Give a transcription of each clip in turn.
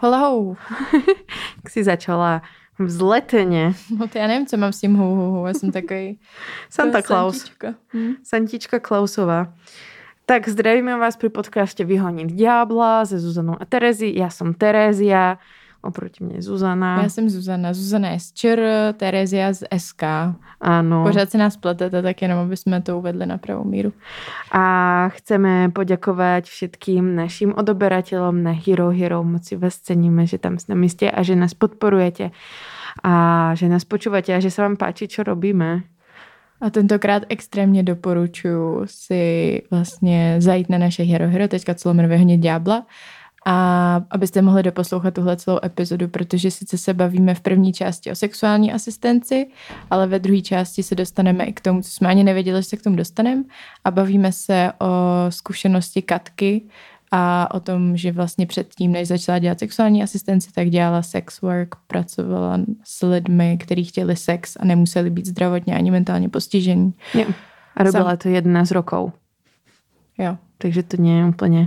Hello. Jak jsi začala vzletně. No to já nevím, co mám s tím hou. Já jsem takový Santa Claus. Santička Klausová. Tak zdravíme vás pri podcaste Vyhoniť diabla se Zuzanou a Terezi. Já jsem Terezia, oproti mě Zuzana. Já jsem Zuzana. Zuzana je z ČR, Terezia z SK. Áno. Pořád se nás pletete, tak jenom, aby jsme to uvedli na pravou míru. A chceme poďakovať všetkým našim odoberateľom na Hero. Moc si vás ceníme, že tam s nami ste a že nás podporujete a že nás počúvate a že sa vám páči, čo robíme. A tentokrát extrémně doporučuji si vlastně zajít na naše Hero.co/Vyhonit ďábla a abyste mohli doposlouchat tuhle celou epizodu, protože sice se bavíme v první části o sexuální asistenci, ale ve druhé části se dostaneme i k tomu, co jsme ani nevěděli, že se k tomu dostaneme, a bavíme se o zkušenosti Katky a o tom, že vlastně předtím, než začala dělat sexuální asistenci, tak dělala sex work, pracovala s lidmi, kteří chtěli sex a nemuseli být zdravotně ani mentálně postižení. Jo. A robila to 11 rokov. Jo. Takže to nie je úplně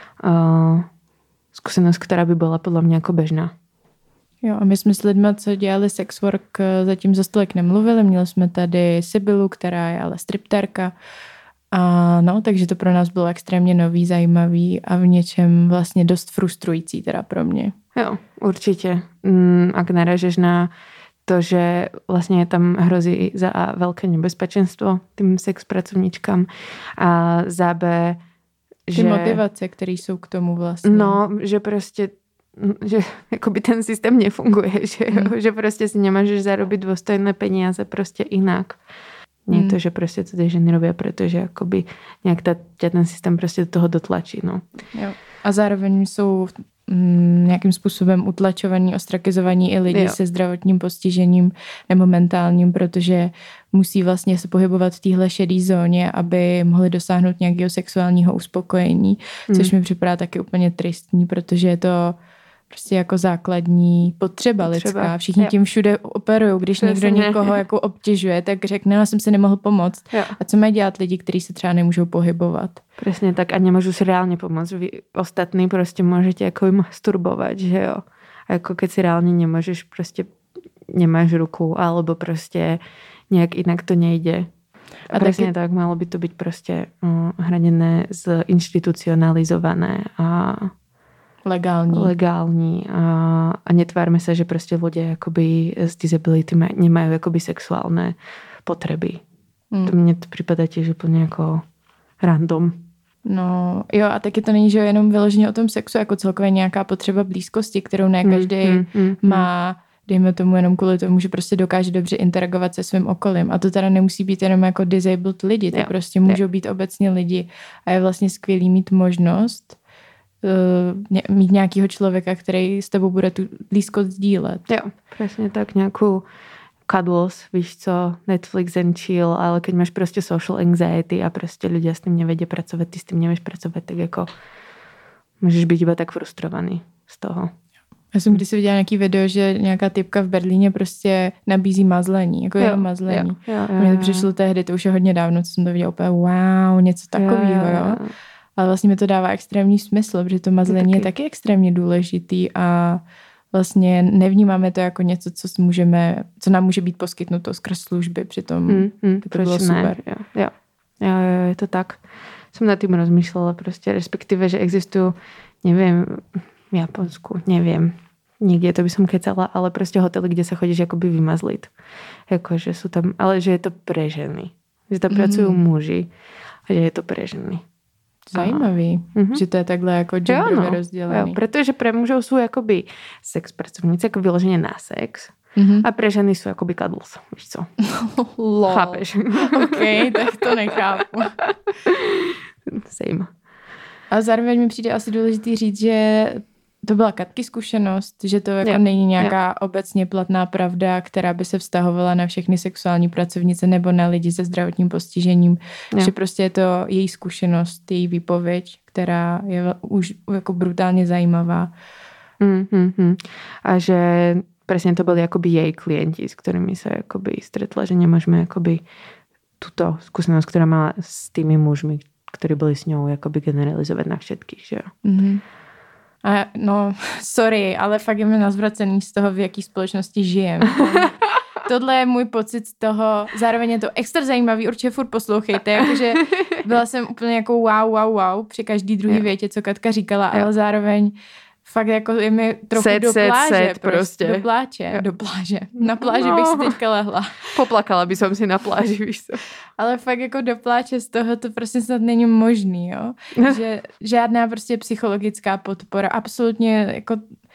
zkušenost, která by byla podle mě jako běžná. Jo, a my jsme s lidmi, co dělali sex work, zatím za stolik nemluvili. Měli jsme tady Sibylu, která je ale striptérka. A no, takže to pro nás bylo extrémně nový, zajímavý a v něčem vlastně dost frustrující teda pro mě. Jo, určitě. Ak narážeš na to, že vlastně tam hrozí za A velké nebezpečenstvo tým sex pracovníčkám a za B, ty motivace, které jsou k tomu vlastně. No, že prostě že jakoby ten systém nefunguje, že prostě si nemůžeš zarobit dôstojné peniaze prostě jinak. Nie to, že prostě to ty ženy robia, protože jakoby nějak ten systém prostě do toho dotlačí. No. Jo. A zároveň jsou nějakým způsobem utlačovaní, ostrakizovaní i lidi se zdravotním postižením nebo mentálním, protože musí vlastně se pohybovat v téhle šedé zóně, aby mohli dosáhnout nějakého sexuálního uspokojení, což mi připadá taky úplně tristní, protože je to prostě jako základní potřeba lidská. Všichni tím všude operují. Když někdo někoho jako obtěžuje, tak řekne, já jsem si nemohl pomoct. Jo. A co mají dělat lidi, kteří se třeba nemůžou pohybovat? Přesně tak a nemůžu si reálně pomoct. Vy ostatní prostě můžete jako jim masturbovat, že jo. A jako keď si reálně nemůžeš, prostě nemáš ruku, alebo prostě nějak jinak to nejde. A přesně tak, malo by to být prostě hraněné, zinstitucionalizované a legální a netvárme se, že prostě ľudia jakoby s disability nemají jakoby sexuálne potreby. To mně to připadá těž úplně jako random. No jo, a taky to není, že jenom vyloženě o tom sexu, jako celkově nějaká potřeba blízkosti, kterou ne každý má, dejme tomu jenom kvůli tomu, že prostě dokáže dobře interagovat se svým okolím. A to teda nemusí být jenom jako disabled lidi, to prostě můžou být obecně lidi. A je vlastně skvělý mít možnost mít nějakého člověka, který s tebou bude tu blízkost sdílet. Jo, přesně tak, nějakou cuddles, víš co, Netflix and chill, ale keď máš prostě social anxiety a prostě ľudia s tím nevedia pracovat, ty s tím nevieš pracovat, tak jako můžeš být iba tak frustrovaný z toho. Já jsem kdysi viděla nějaký video, že nějaká typka v Berlíně prostě nabízí mazlení, jako jenom mazlení. Mně to přišlo tehdy, to už je hodně dávno, co jsem to viděla úplně wow, něco takového, jo. Ale vlastně mi to dává extrémní smysl, protože to mazlení je taky extrémně důležitý a vlastně nevnímáme to jako něco, co nám může být poskytnuto skrz služby, přitom to bylo super. Jo, je to tak. Jsem nad tím rozmýšlela prostě, respektive, že existují, nevím, v Japonsku, nevím, někde to by som kecala, ale prostě hotely, kde se chodíš jakoby vymazlit. Jako, že jsou tam, ale že je to pre ženy. Že tam pracují muži a že je to pre ženy. Zajímavý, že to je takhle jako genderově rozdělený. Jo, protože pre mužov jsou jakoby sex pracovníci, jako vyloženě na sex. A pre ženy jsou jakoby cuddles, víš co? Lol. Chápeš? OK, tak to nechápu. Same. A zároveň mi přijde asi důležitý říct, že to byla Katky zkušenost, že to jako není nějaká obecně platná pravda, která by se vztahovala na všechny sexuální pracovnice nebo na lidi se zdravotním postižením. Že prostě je to její zkušenost, její výpověď, která je už jako brutálně zajímavá. A že presne to byli akoby jej klienti, s ktorými sa akoby stretla, že nemôžeme akoby túto skúsenosť, ktorá mala s tými mužmi, ktorí boli s ňou, akoby generalizovať na všetkých, že jo. A no, sorry, ale fakt je mi nazvracený z toho, v jaký společnosti žijem. Tohle je můj pocit z toho, zároveň je to extra zajímavý, určitě furt poslouchejte, jakože byla jsem úplně jako wow při každý druhý větě, co Katka říkala, ale zároveň fakt jako je mi trochu do pláže. Prostě. Do pláže. Na pláži bych si teďka lehla. Poplakala by som si na pláži, víš co. Ale fakt jako do pláče z toho to prostě snad není možný, jo. Že žádná prostě psychologická podpora, absolutně jako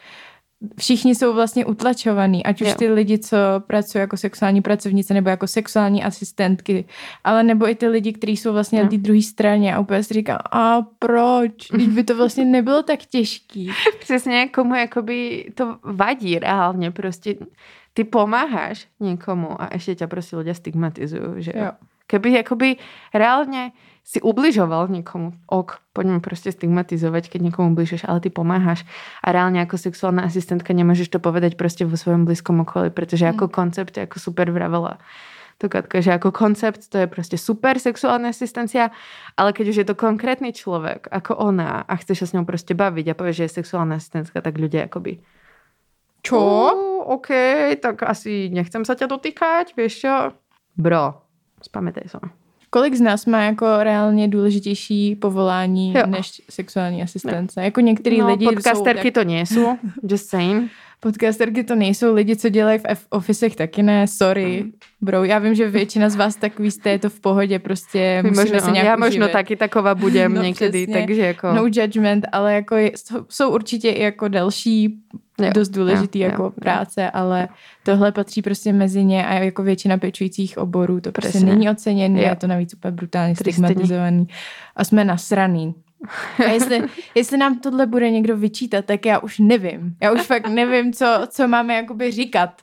všichni jsou vlastně utlačovaný, ať už ty lidi, co pracují jako sexuální pracovnice nebo jako sexuální asistentky, ale nebo i ty lidi, kteří jsou vlastně na té druhé straně a úplně si říkám, a proč? Teď by to vlastně nebylo tak těžký. Přesně, komu jakoby to vadí reálně, prostě ty pomáháš někomu a ještě ťa prostě ľudia stigmatizujú, že jo. Keby jakoby reálne si ubližoval niekomu, poďme proste stigmatizovať, keď niekomu ubližuješ, ale ty pomáhaš a reálne ako sexuálna asistentka nemôžeš to povedať proste vo svojom blízkom okolí, pretože ako koncept je ako super vravela to Katka, že ako koncept to je proste super sexuálna asistencia, ale keď už je to konkrétny človek ako ona a chceš sa s ňou proste baviť a povieš, že je sexuálna asistentka, tak ľudia akoby čo? OK, tak asi nechcem sa ťa dotýkať, vieš čo? Bro, spamätaj sa. Kolik z nás má jako reálně důležitější povolání než sexuální asistence? Jako některý lidi podcasterky to nie sú, just saying. Podcasterky to nejsou lidi, co dělají v officech, taky ne, sorry, bro. Já vím, že většina z vás takový jste, je to v pohodě, prostě musíme se nějak já možno taky taková budem někdy, takže jako... No judgment, ale jako jsou určitě i jako další dost důležitý jako práce, ale tohle patří prostě mezi ně a jako většina pečujících oborů to prostě není oceněný, je to navíc úplně brutálně stigmatizovaný a jsme nasraný. A jestli nám tohle bude někdo vyčítat, tak já už nevím. Já už fakt nevím, co máme jakoby říkat.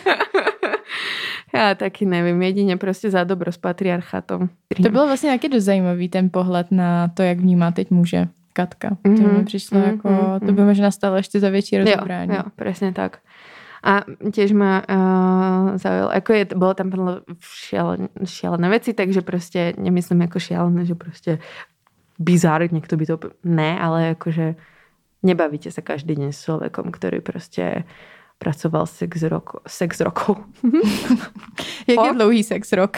Já taky nevím, jedině prostě za dobro s patriarchatom. To bylo vlastně taky dost zajímavý ten pohled na to, jak vnímá teď muže Katka. To mi přišlo jako, to by možná stalo ještě za větší rozobrání. Jo, presne tak. A tiež ma zaujalo, ako bolo tam šialené veci, takže proste nemyslím ako šialené, že proste bizár, niekto by to... Ne, ale akože nebavíte sa každý deň s človekom, ktorý proste pracoval sex rokov. Jak je dlouhý sex rok?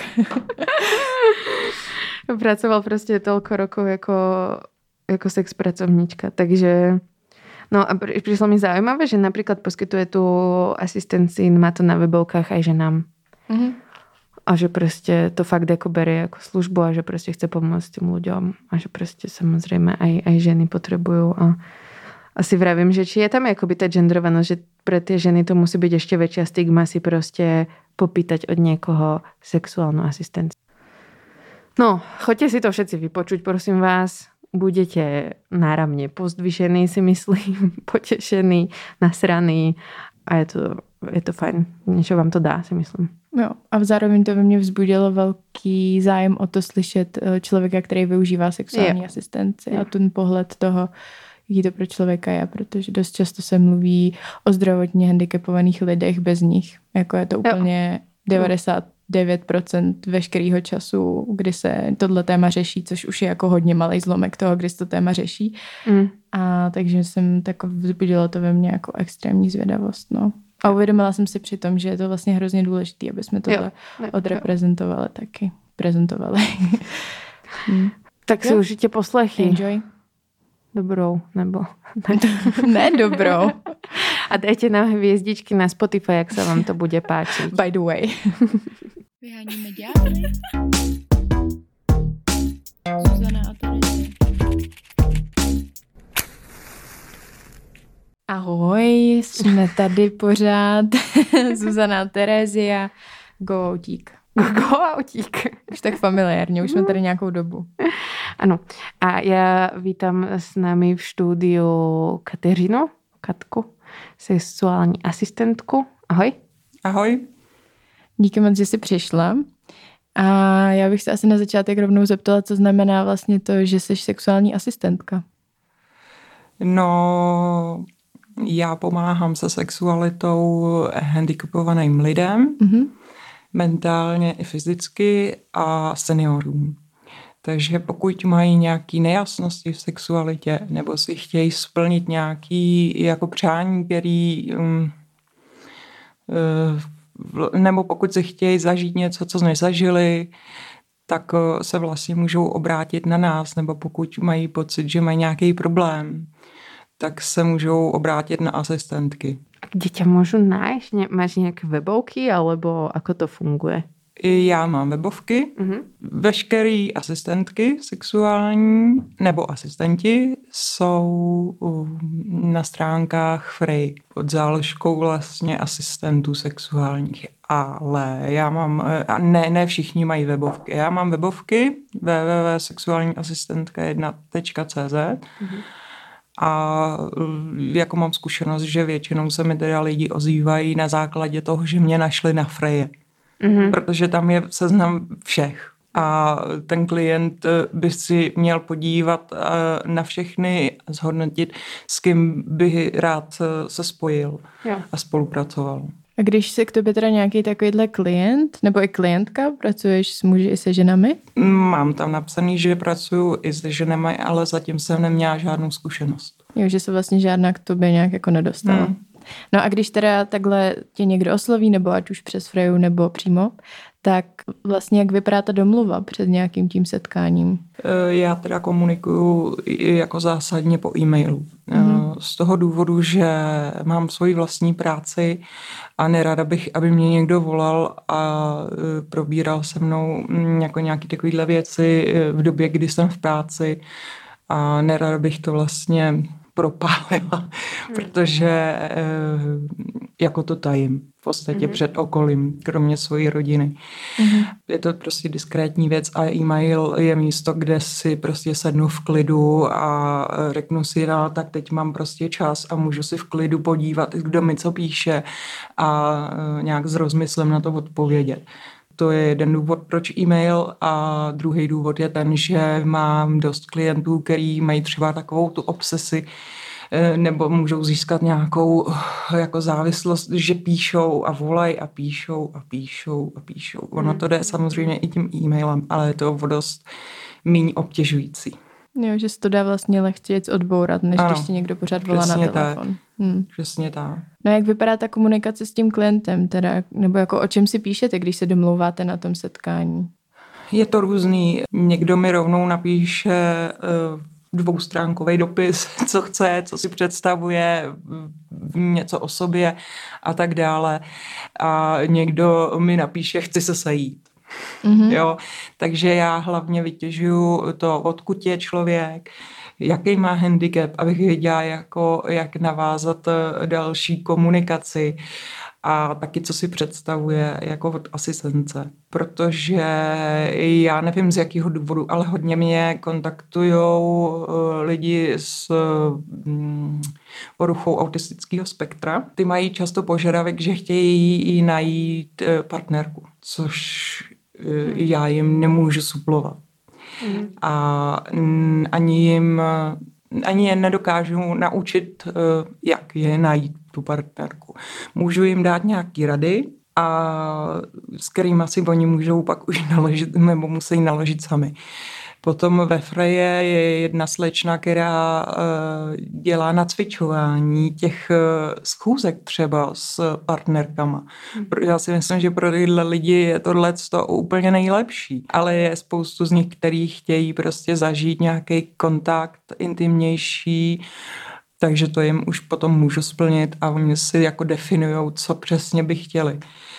Pracoval proste toľko rokov ako sex pracovníčka. Takže no a prišlo mi zaujímavé, že napríklad poskytuje tú asistencii, má to na webovkách aj ženám. A že proste to fakt ako berie ako službu a že proste chce pomôcť tým ľuďom a že proste samozrejme aj ženy potrebujú a si vravím, že či je tam akoby tá genderovanosť, že pre tie ženy to musí byť ešte väčšia stigma si proste popýtať od niekoho sexuálnu asistenciu. No, choďte si to všetci vypočuť, prosím vás. Budete náramne pozdvižení, si myslím, potešení, nasraní a je to fajn. Niečo vám to dá, si myslím. Jo, a zároveň to ve mně vzbudilo velký zájem o to slyšet člověka, který využívá sexuální asistenci a ten pohled toho, jaký to pro člověka je, protože dost často se mluví o zdravotně handicapovaných lidech bez nich. Jako je to úplně 99% veškerého času, kdy se tohle téma řeší, což už je jako hodně malej zlomek toho, kdy se to téma řeší. A takže jsem tak vzbudilo to ve mně jako extrémní zvědavost, no. A uvědomila jsem si při tom, že je to vlastně hrozně důležité, aby jsme tohle odreprezentovali taky. Prezentovali. Tak si užijte poslechy. Enjoy. Dobrou, nebo... Ne dobrou. A dajte nám hviezdičky na Spotify, jak sa vám to bude páčiť. By the way. Vyháníme ďábly. Zuzana a Terezia. Ahoj, jsme tady pořád. Zuzana a Terezia. Go autík. Go autík. Už tak familiárně, už jsme tady nějakou dobu. Ano. A já vítám s námi v štúdiu Katku, sexuální asistentku. Ahoj. Ahoj. Díky moc, že jsi přišla. A já bych se asi na začátek rovnou zeptala, co znamená vlastně to, že jsi sexuální asistentka. No, já pomáhám se sexualitou handicapovaným lidem, mentálně i fyzicky a seniorům. Takže pokud mají nějaké nejasnosti v sexualitě nebo si chtějí splnit nějaké jako přání, který nebo pokud si chtějí zažít něco, co nezažili, tak se vlastně můžou obrátit na nás, nebo pokud mají pocit, že mají nějaký problém, tak se můžou obrátit na asistentky. Kde ťa môžu nájsť? Máš nejaké webovky, alebo ako to funguje? I já mám webovky. Veškerý asistentky sexuální nebo asistenti jsou na stránkách Frey pod záložkou vlastně asistentů sexuálních. Ale já mám, ne všichni mají webovky. Já mám webovky www.sexuálníasistentka1.cz a jako mám zkušenost, že většinou se mi teda lidi ozývají na základě toho, že mě našli na Freje. Protože tam je seznam všech. A ten klient by si měl podívat na všechny, zhodnotit, s kým by rád se spojil a spolupracoval. A když se k tobě teda nějaký takovýhle klient nebo i klientka, pracuješ s muži i se ženami? Mám tam napsaný, že pracuju i se ženami, ale zatím jsem neměla žádnou zkušenost. Jo, že se vlastně žádná k tobě nějak jako nedostala. No a když teda takhle tě někdo osloví, nebo ať už přes Freju, nebo přímo, tak vlastně jak vypadá ta domluva před nějakým tím setkáním? Já teda komunikuju jako zásadně po e-mailu. Z toho důvodu, že mám svoji vlastní práci a nerada bych, aby mě někdo volal a probíral se mnou jako nějaké takovéhle věci v době, kdy jsem v práci a nerada bych to vlastně propálila, protože jako to tajím v podstatě před okolím, kromě svojí rodiny. Je to prostě diskrétní věc a e-mail je místo, kde si prostě sednu v klidu a řeknu si, no, tak teď mám prostě čas a můžu si v klidu podívat, kdo mi co píše a nějak s rozmyslem na to odpovědět. To je jeden důvod, proč e-mail a druhý důvod je ten, že mám dost klientů, který mají třeba takovou tu obsesi nebo můžou získat nějakou jako závislost, že píšou a volají a píšou a píšou a píšou. Ono to jde samozřejmě i tím e-mailem, ale je to dost méně obtěžující. Jo, že se to dá vlastně lehčí odbourat, než když ti někdo pořád volá na telefon. Přesně tak. No jak vypadá ta komunikace s tím klientem teda? Nebo jako o čem si píšete, když se domlouváte na tom setkání? Je to různý. Někdo mi rovnou napíše dvoustránkový dopis, co chce, co si představuje, něco o sobě a tak dále. A někdo mi napíše, chci se sejít. Jo? Takže já hlavně vytěžuju to, odkud je člověk, jaký má handicap, abych věděla, jak navázat další komunikaci a taky, co si představuje jako od asistence. Protože já nevím z jakého důvodu, ale hodně mě kontaktujou lidi s poruchou autistického spektra. Ty mají často požadavek, že chtějí najít partnerku, což já jim nemůžu suplovat. A ani je nedokážu naučit, jak je najít tu partnerku. Můžu jim dát nějaký rady, a s kterými si oni můžou pak už naložit, nebo musí naložit sami. Potom ve Freje je jedna slečna, která dělá nacvičování těch schůzek třeba s partnerkama. Já si myslím, že pro tyhle lidi je tohleto úplně nejlepší. Ale je spoustu z nich, kteří chtějí prostě zažít nějaký kontakt intimnější, takže to jim už potom můžu splnit a oni si jako definujou, co přesně by chtěli.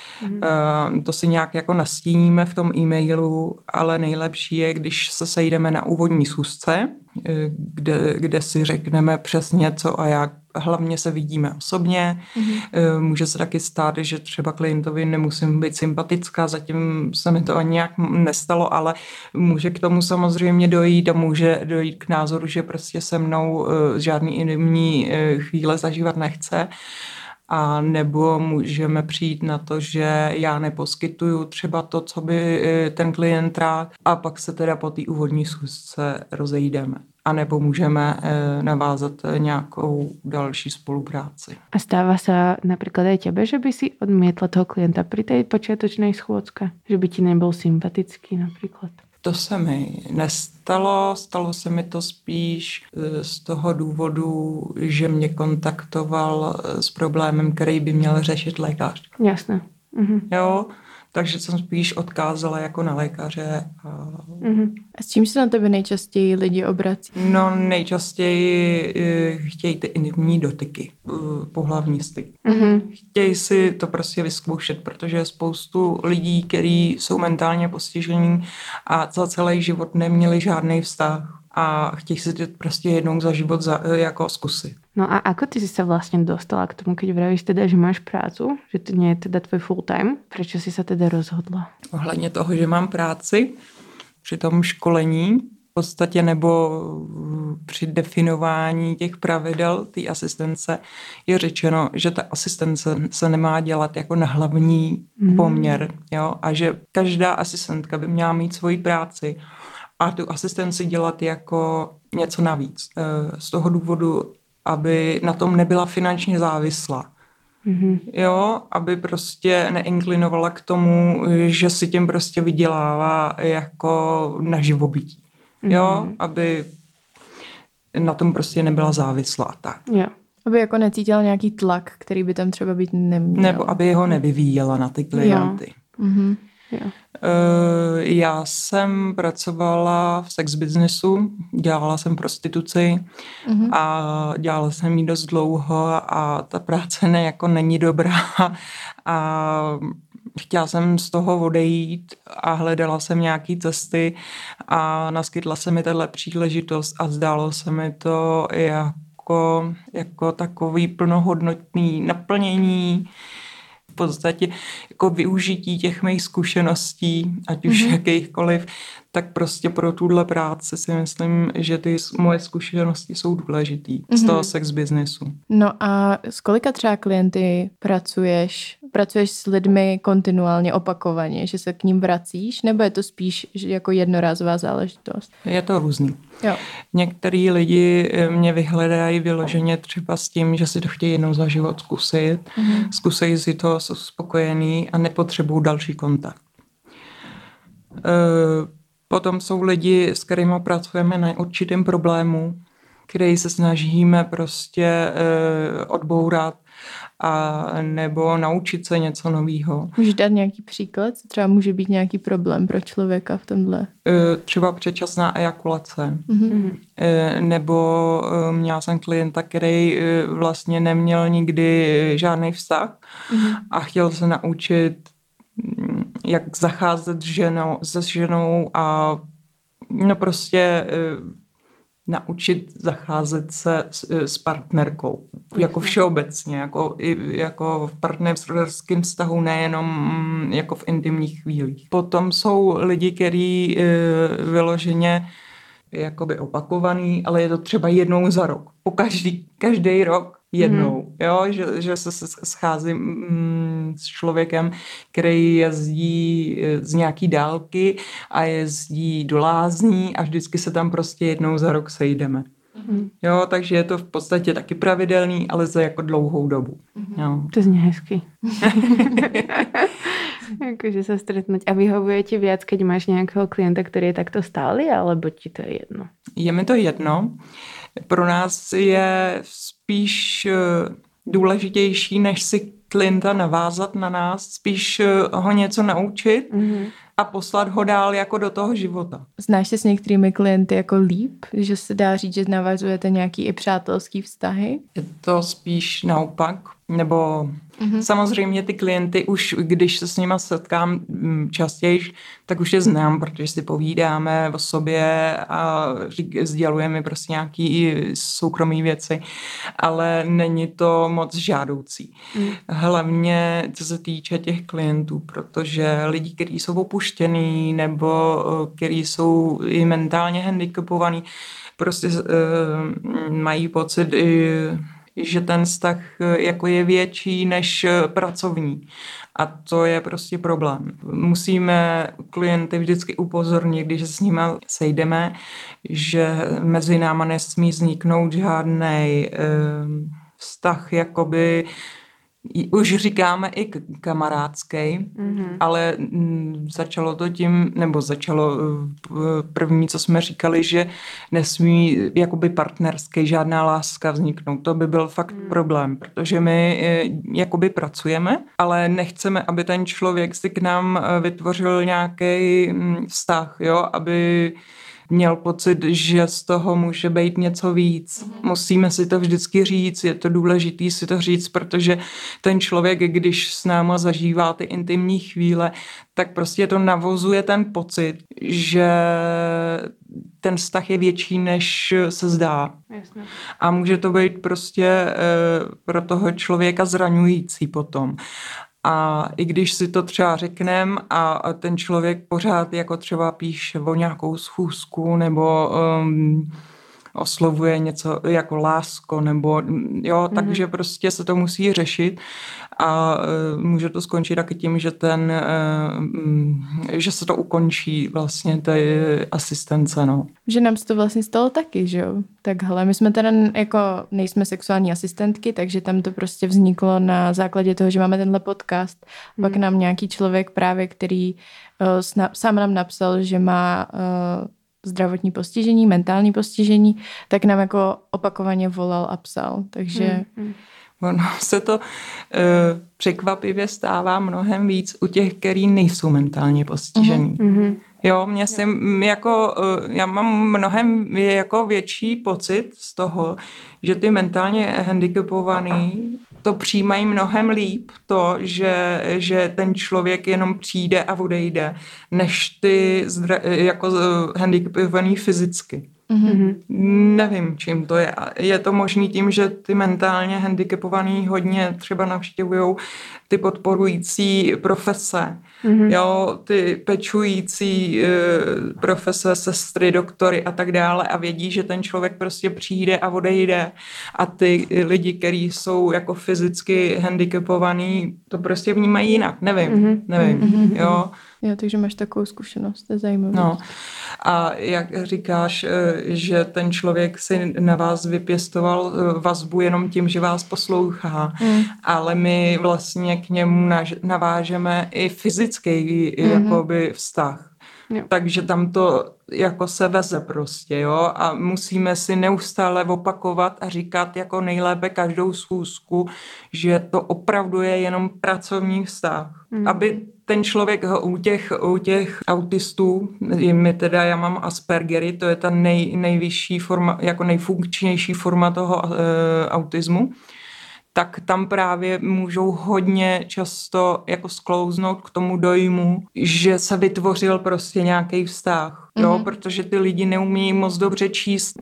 To si nějak jako nastíníme v tom e-mailu, ale nejlepší je, když se sejdeme na úvodní schůzce, kde si řekneme přesně co a jak. Hlavně se vidíme osobně. Může se taky stát, že třeba klientovi nemusím být sympatická, zatím se mi to ani nějak nestalo, ale může k tomu samozřejmě dojít a může dojít k názoru, že prostě se mnou žádný intimní chvíle zažívat nechce. A nebo můžeme přijít na to, že já neposkytuju třeba to, co by ten klient rád a pak se teda po té úvodní schůzce rozejdeme. A nebo můžeme navázat nějakou další spolupráci. A stáva sa napríklad aj tebe, že by si odmietla toho klienta pri tej počiatočnej schôdzke? Že by ti nebol sympatický napríklad? To se mi nestalo, stalo se mi to spíš z toho důvodu, že mě kontaktoval s problémem, který by měl řešit lékař. Jasné. Jo, takže jsem spíš odkázala jako na lékaře. A s čím se na tebe nejčastěji lidi obrací? No nejčastěji chtějí ty intimní dotyky, pohlavní styk. Chtějí si to prostě vyzkoušet, protože je spoustu lidí, kteří jsou mentálně postižení a za celý život neměli žádný vztah a chtějí si to prostě jednou za život jako zkusit. No a ako ty si sa vlastne dostala k tomu, keď vravíš teda, že máš prácu, že to nie je teda tvoj full time? Prečo si sa teda rozhodla? Ohledně toho, že mám práci při tom školení v podstatě nebo při definování těch pravidel té asistence je řečeno, že ta asistence se nemá dělat jako na hlavní poměr, jo? A že každá asistentka by měla mít svoji práci a tu asistenci dělat jako něco navíc. Z toho důvodu, aby na tom nebyla finančně závislá. Jo, aby prostě neinklinovala k tomu, že si tím prostě vydělává jako na živobytí. Jo, aby na tom prostě nebyla závislá. Tak. Jo. Aby jako necítila nějaký tlak, který by tam třeba být neměl. Nebo aby ho nevyvíjela na ty klienty. Jo. Já jsem pracovala v sex businessu, dělala jsem prostituci a dělala jsem ji dost dlouho a ta práce jako není dobrá a chtěla jsem z toho odejít a hledala jsem nějaký cesty a naskytla se mi tato příležitost a zdálo se mi to jako takový plnohodnotný naplnění, v podstatě jako využití těch mých zkušeností, ať už jakýchkoliv, tak prostě pro tuhle práci si myslím, že ty moje zkušenosti jsou důležitý z toho sex businessu. No a s kolika třeba klienty pracuješ? Pracuješ s lidmi kontinuálně, opakovaně, že se k ním vracíš, nebo je to spíš jako jednorázová záležitost? Je to různý. Jo. Některý lidi mě vyhledají vyloženě třeba s tím, že si to chtějí jednou za život zkusit, zkusí si to, jsou spokojený a nepotřebují další kontakt. Potom jsou lidi, s kterými pracujeme na určitém problému, který se snažíme prostě odbourat a nebo naučit se něco nového. Můžeš dát nějaký příklad? Co třeba může být nějaký problém pro člověka v tomhle? Třeba předčasná ejakulace. Nebo měla jsem klienta, který vlastně neměl nikdy žádný vztah a chtěl se naučit, jak zacházet se ženou a no prostě naučit zacházet se s partnerkou. Jako všeobecně, jako v partnerském vztahu, nejenom jako v intimních chvílích. Potom jsou lidi, kteří vyloženě jakoby opakovaný, ale je to třeba jednou za rok. Každý rok jednou. Jo? Že se scházím s člověkem, který jezdí z nějaký dálky a jezdí do lázní a vždycky se tam prostě jednou za rok sejdeme. Jo, takže je to v podstatě taky pravidelný, ale za jako dlouhou dobu. Jo. To zní hezky. Jakože sa stretnúť. A vyhovuje ti viac, keď máš nejakého klienta, ktorý je takto stály, alebo ti to je jedno? Je mi to jedno. Pro nás je spíš důležitější, než si klienta navázat na nás, spíš ho něco naučit a poslat ho dál jako do toho života. Znáš se s některými klienty jako líp? Že se dá říct, že navazujete nějaký i přátelský vztahy? Je to spíš naopak, nebo samozřejmě ty klienty už, když se s nima setkám častěji, tak už je znám, protože si povídáme o sobě a sdělujeme prostě nějaký soukromý věci, ale není to moc žádoucí. Hlavně co se týče těch klientů, protože lidi, kteří jsou opuštěný nebo kteří jsou i mentálně handicapovaní, prostě mají pocit, že ten vztah jako je větší než pracovní. A to je prostě problém. Musíme klienty vždycky upozornit, když s nimi sejdeme, že mezi náma nesmí vzniknout žádný vztah jakoby už říkáme i kamarádský, ale začalo první, co jsme říkali, že nesmí jakoby partnerský žádná láska vzniknout. To by byl fakt problém, protože my jakoby pracujeme, ale nechceme, aby ten člověk si k nám vytvořil nějaký vztah, jo, aby měl pocit, že z toho může být něco víc. Musíme si to vždycky říct, je to důležitý si to říct, protože ten člověk, když s náma zažívá ty intimní chvíle, tak prostě to navozuje ten pocit, že ten vztah je větší, než se zdá. Jasně. A může to být prostě pro toho člověka zraňující potom. A i když si to třeba řekneme a ten člověk pořád jako třeba píše o nějakou schůzku nebo oslovuje něco jako lásko nebo jo, takže prostě se to musí řešit a může to skončit taky tím, že že se to ukončí vlastně té asistence, no. Že nám se to vlastně stalo taky, že jo? Takhle, my jsme teda jako nejsme sexuální asistentky, takže tam to prostě vzniklo na základě toho, že máme tenhle podcast. Pak nám nějaký člověk právě, který sám nám napsal, že má zdravotní postižení, mentální postižení, tak nám jako opakovaně volal a psal, takže... Ono se to překvapivě stává mnohem víc u těch, který nejsou mentálně postižení. Jo, já mám mnohem jako větší pocit z toho, že ty mentálně handicapovaný to přijímají mnohem líp to, že ten člověk jenom přijde a odejde, než ty jako handicapovaný fyzicky. Nevím, čím to je. Je to možný tím, že ty mentálně handicapovaný hodně třeba navštěvujou ty podporující profese, jo, ty pečující profese, sestry, doktory a tak dále a vědí, že ten člověk prostě přijde a odejde a ty lidi, kteří jsou jako fyzicky handicapovaný, to prostě vnímají jinak. Nevím. Jo. Jo, takže máš takovou zkušenost, to je zajímavé. No. A jak říkáš, že ten člověk si na vás vypěstoval vazbu jenom tím, že vás poslouchá, ale my vlastně k němu navážeme i fyzický jakoby vztah. Jo. Takže tam to jako se veze prostě, jo, a musíme si neustále opakovat a říkat jako nejlépe každou schůzku, že to opravdu je jenom pracovní vztah. Aby ten člověk u těch autistů, já mám Aspergery, to je ta nejvyšší forma, jako nejfunkčnější forma toho autismu, tak tam právě můžou hodně často jako sklouznout k tomu dojmu, že se vytvořil prostě nějaký vztah, jo, protože ty lidi neumí moc dobře číst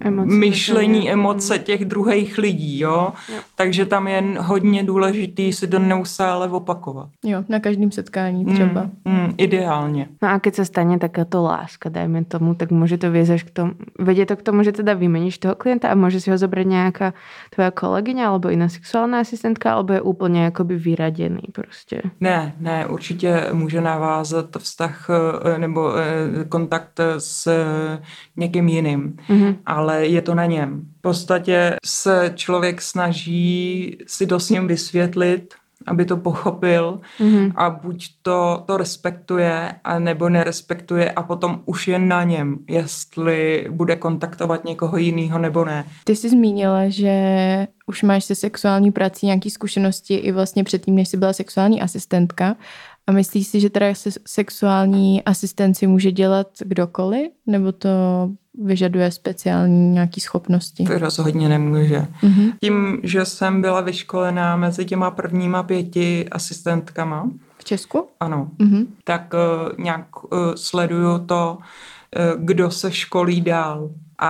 emoce těch druhých lidí, jo, takže tam je hodně důležitý si to neustále opakovat. Jo, na každém setkání třeba. Ideálně. No a keď sa stane takáto láska, dajme tomu, tak môže to viesť až k tomu, vedie to k tomu, že teda vymeníš toho klienta a môže si ho zobrať nejaká tvoja kolegyňa alebo iná sexuálna asistentka, alebo je úplne akoby vyradený prostě? Ne, určitě může navázat vztah nebo kontakt s někým jiným, ale je to na něm. V podstatě se člověk snaží si to s ním vysvětlit, aby to pochopil a buď to respektuje, a nebo nerespektuje a potom už je na něm, jestli bude kontaktovat někoho jiného nebo ne. Ty jsi zmínila, že už máš se sexuální prací nějaké zkušenosti i vlastně předtím, než jsi byla sexuální asistentka. A myslíš si, že teda sexuální asistenci může dělat kdokoliv? Nebo to vyžaduje speciální nějaké schopnosti? To rozhodně nemůže. Tím, že jsem byla vyškolená mezi těma prvníma 5 asistentkama. V Česku? Ano. Tak nějak sleduju to, kdo se školí dál.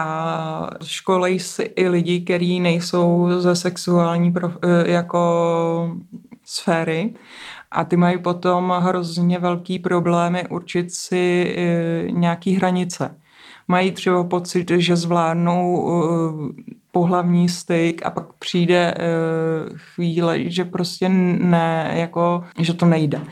A školí si i lidi, kteří nejsou ze sexuální jako sféry. A ty mají potom hrozně velký problémy určit si nějaký hranice. Mají třeba pocit, že zvládnou pohlavní styk a pak přijde chvíle, že prostě ne, jako, že to nejde.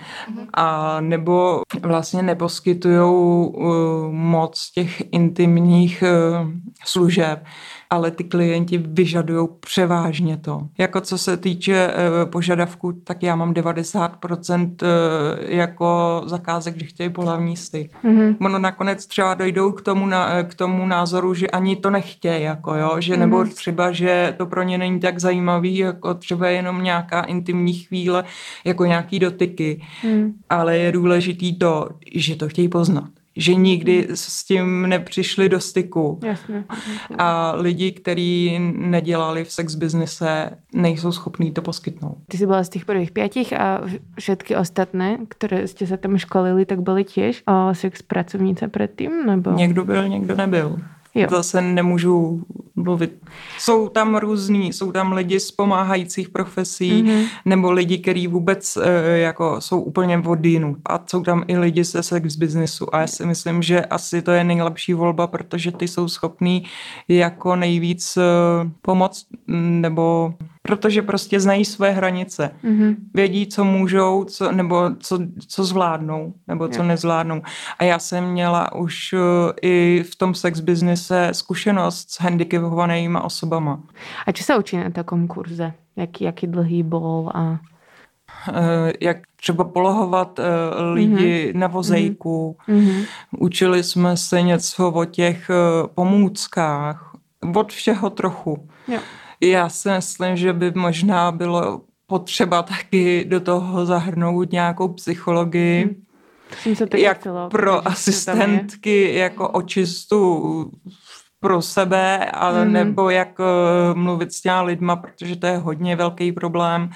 A nebo vlastně neposkytujou moc těch intimních služeb, ale ty klienti vyžadují převážně to. Jako co se týče požadavků, tak já mám 90% jako zakázek, že chtějí pohlavní styk. Ono nakonec třeba dojdou k tomu názoru, že ani to nechtějí, jako jo, že nebo třeba, že to pro ně není tak zajímavý, jako třeba jenom nějaká intimní chvíle, jako nějaký dotyky, ale je důležitý to, že to chtějí poznat. Že nikdy s tím nepřišli do styku. Jasně. A lidi, kteří nedělali v sex biznise, nejsou schopní to poskytnout. Ty si byla z těch prvých 5 a všetky ostatné, které jste se tam školili, tak byly těž sex pracovnice předtím? Nebo? Někdo byl, někdo nebyl. Jo. Zase nemůžu mluvit. Jsou tam různí, jsou tam lidi z pomáhajících profesí, nebo lidi, kteří vůbec jako jsou úplně od jinut. A jsou tam i lidi ze sex businessu. A já si myslím, že asi to je nejlepší volba, protože ty jsou schopní jako nejvíc pomoct, nebo protože prostě znají své hranice. Vědí, co můžou, nebo co zvládnou, nebo co nezvládnou. A já jsem měla už i v tom sex businesse zkušenost s handicapovanými osobama. A čo se učí na takom kurze? Jaký dlhý bol? A... Jak třeba polohovat lidi na vozejku. Učili jsme se něco o těch pomůckách. Od všeho trochu. Jo. Já si myslím, že by možná bylo potřeba taky do toho zahrnout nějakou psychologii, jak pro asistentky, jako očistu pro sebe, ale nebo jak mluvit s těma lidma, protože to je hodně velký problém.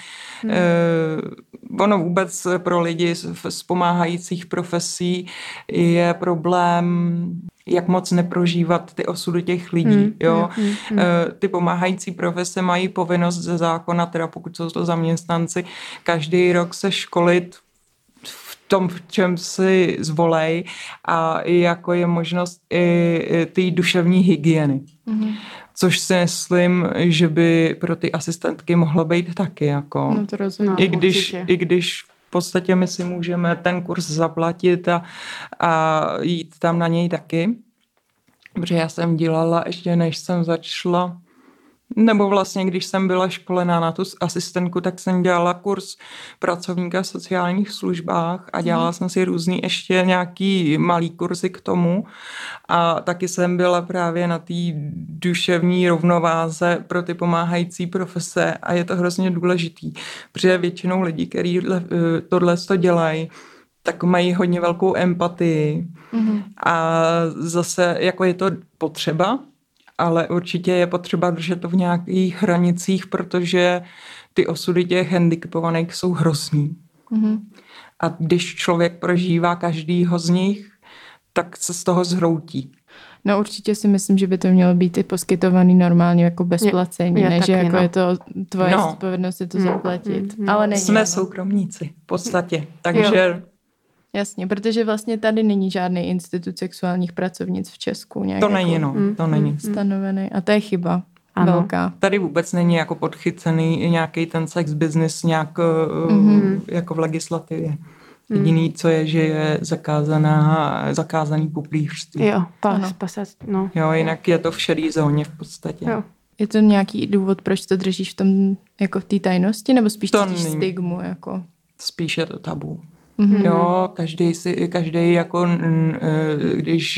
Ono vůbec pro lidi z pomáhajících profesí je problém, jak moc neprožívat ty osudy těch lidí. Jo? Ty pomáhající profese mají povinnost ze zákona, teda pokud jsou to zaměstnanci, každý rok se školit v tom, v čem si zvolej, a jako je možnost i té duševní hygieny. Což si myslím, že by pro ty asistentky mohlo být taky. Jako. No to rozumím. I když v podstatě my si můžeme ten kurz zaplatit a jít tam na něj taky. Protože já jsem dělala ještě než jsem začala, nebo vlastně když jsem byla školená na tu asistentku, tak jsem dělala kurz pracovníka v sociálních službách a dělala jsem si různý ještě nějaký malý kurzy k tomu a taky jsem byla právě na té duševní rovnováze pro ty pomáhající profese a je to hrozně důležitý, protože většinou lidí, kteří tohle dělají, tak mají hodně velkou empatii a zase jako je to potřeba, ale určitě je potřeba držet to v nějakých hranicích, protože ty osudy těch handicapovaných jsou hrozný. A když člověk prožívá každýho z nich, tak se z toho zhroutí. No určitě si myslím, že by to mělo být i poskytovaný normálně jako bez placení, ne? Že jako je to tvoje odpovědnost si to zaplatit. Ale není. Jsme soukromníci v podstatě, takže... Jasně, protože vlastně tady není žádný institut sexuálních pracovnic v Česku. To není, to není. Stanovený. A to je chyba velká. Tady vůbec není jako podchycený nějaký ten sex business nějak jako v legislativě. Jediný, co je, že je zakázaný puplířství. Jo, Jo, jinak je to v šedý zóně v podstatě. Jo. Je to nějaký důvod, proč to držíš v tom, jako v té tajnosti, nebo spíš cítíš stigmu? Jako? Spíš je to tabu. Jo, každý jako, když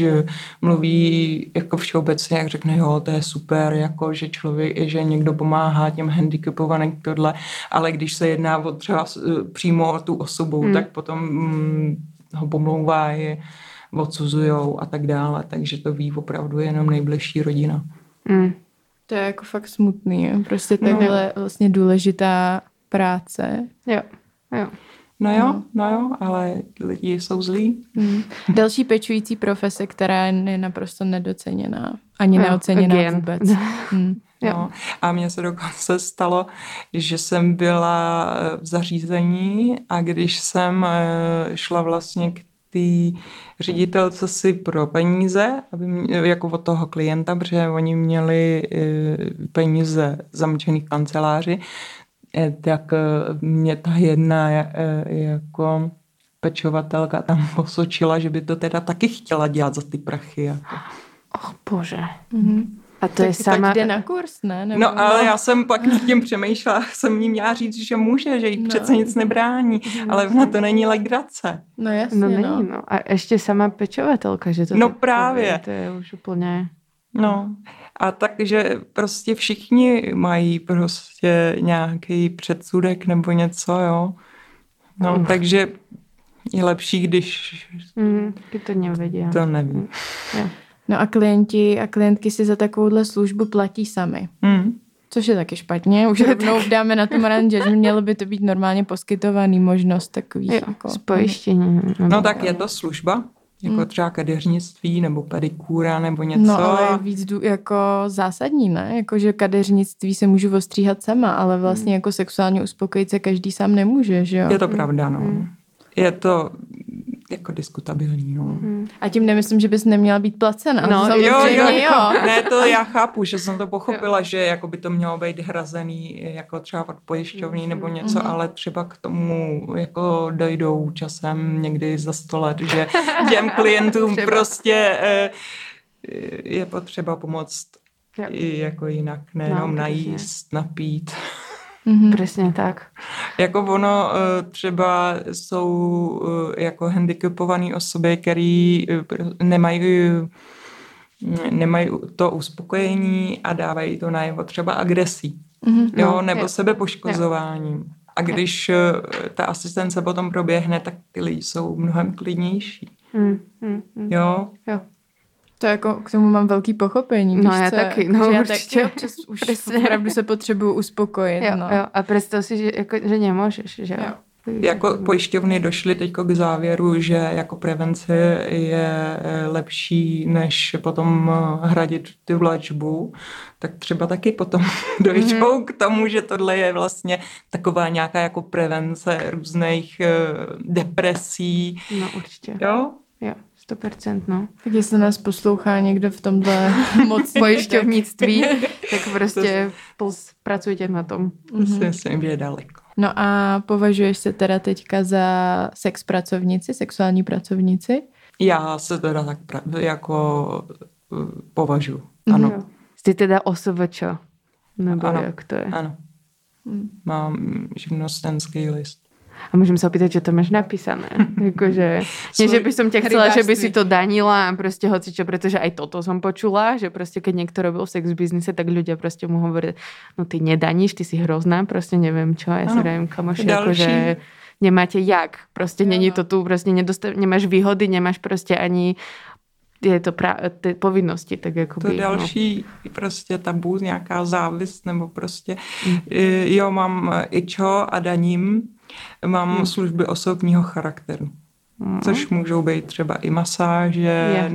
mluví jako všeobecně, jak řekne, jo, to je super, jako, že někdo pomáhá těm handicapovaným tohle, ale když se jedná o třeba přímo o tu osobu, tak potom ho pomlouvají, odsuzujou a tak dále, takže to ví opravdu jenom nejbližší rodina. To je jako fakt smutný, prostě takhle vlastně důležitá práce. Jo. No jo, ale lidi jsou zlí. Další pečující profese, která je naprosto nedoceněná. Ani neoceněná vůbec. No. A mně se dokonce stalo, že jsem byla v zařízení a když jsem šla vlastně k té ředitelce si pro peníze, jako od toho klienta, protože oni měli peníze zamčený v kanceláři, tak mě ta jedna jako pečovatelka tam osočila, že by to teda taky chtěla dělat za ty prachy. Jako. Bože. A to je sama... Tak jde na kurz, ne? Nebo No, ale já jsem pak nad tím přemýšlela, jsem jí měla říct, že může, že jí přece nic nebrání, ale na to není legrace. No jasně, no. Není, no. A ještě sama pečovatelka, že to no tak právě. Pově, to je už úplně... No, a takže prostě všichni mají prostě nějaký předsudek nebo něco, jo. No, takže je lepší, když to nevědí. To nevím. No a klienti a klientky si za takovouhle službu platí sami. Což je taky špatně. Už rovnou dáme na tom rande, že mělo by to být normálně poskytovaný možnost takových. Jako, s pojištěním. No tak je to služba, jako třeba kadeřnictví nebo pedikúra nebo něco. No ale je víc jako zásadní, ne? Jako, že kadeřnictví se můžu ostříhat sama, ale vlastně jako sexuálně uspokojit se každý sám nemůže, že jo? Je to pravda, no. Je to jako diskutabilní, no. A tím nemyslím, že bys neměla být placena. No, jo. Ne, to já chápu, že jsem to pochopila, že jako by to mělo být hrazený jako třeba od pojišťovní nebo něco, ale třeba k tomu jako dojdou časem někdy za 100 let, že těm klientům prostě je potřeba pomoct i jako jinak, nejenom najíst, napít. Přesně tak. Jako ono třeba jsou jako handicapované osoby, který nemají to uspokojení a dávají to najevo třeba agresí, nebo sebepoškozováním. A když ta asistence potom proběhne, tak ty lidi jsou mnohem klidnější. Jo. To jako k tomu mám velký pochopení. No já taky, no já určitě. Taky občas už opravdu se potřebuju uspokojit. Jo. A představ si, že nemůžeš, že jo. Jako pojišťovny došly teď k závěru, že jako prevence je lepší, než potom hradit tu léčbu, tak třeba taky potom dojdou k tomu, že tohle je vlastně taková nějaká jako prevence různých depresí. No určitě. Jo? Jo, 100%, no. Tak jestli nás poslouchá někdo v tomhle moc pojišťovnictví, tak prostě pracujte na tom. To si myslím, že je daleko. No a považuješ se teda teďka za sex pracovnici, sexuální pracovnici? Já se teda tak jako považuji, ano. Jsi teda OSVČ? Nebo ano, jak to je? Ano. Mám živnostenský list. A můžem se opýtať, čo to máš napísané. Jakože, nie, že by som ťa chcela, že by si to danila a proste hocičo, pretože aj toto som počula, že proste keď niekto robil v sex biznise, tak ľudia proste mu hovorí, no ty nedaníš, ty si hrozná, proste neviem čo. Ja si vravím, kamoši, akože nemáte jak. Proste není to tu, proste nemáš výhody, nemáš proste ani je to povinnosti. Tak jakoby, to další prostě tabu, nějaká závist, nebo prostě jo, mám ičo a daním, mám služby osobního charakteru, což můžou být třeba i masáže,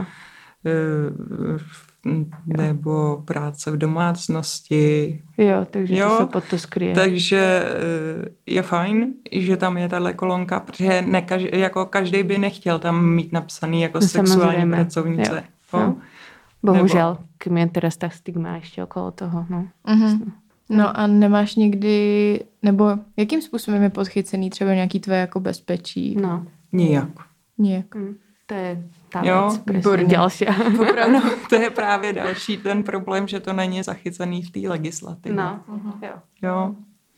nebo práce v domácnosti. Jo, takže to se pod to skryje. Takže je fajn, že tam je tahle kolonka, protože jako každý by nechtěl tam mít napsaný jako sexuální pracovnice. No. Bohužel, kým je teraz ta stigma ještě okolo toho. No. No a nemáš někdy, nebo jakým způsobem je podchycený třeba nějaký tvoje jako bezpečí? No. Nijak. To je ta věc, další. Opravdu, to je právě další ten problém, že to není zachycený v té legislativě. No. Jo.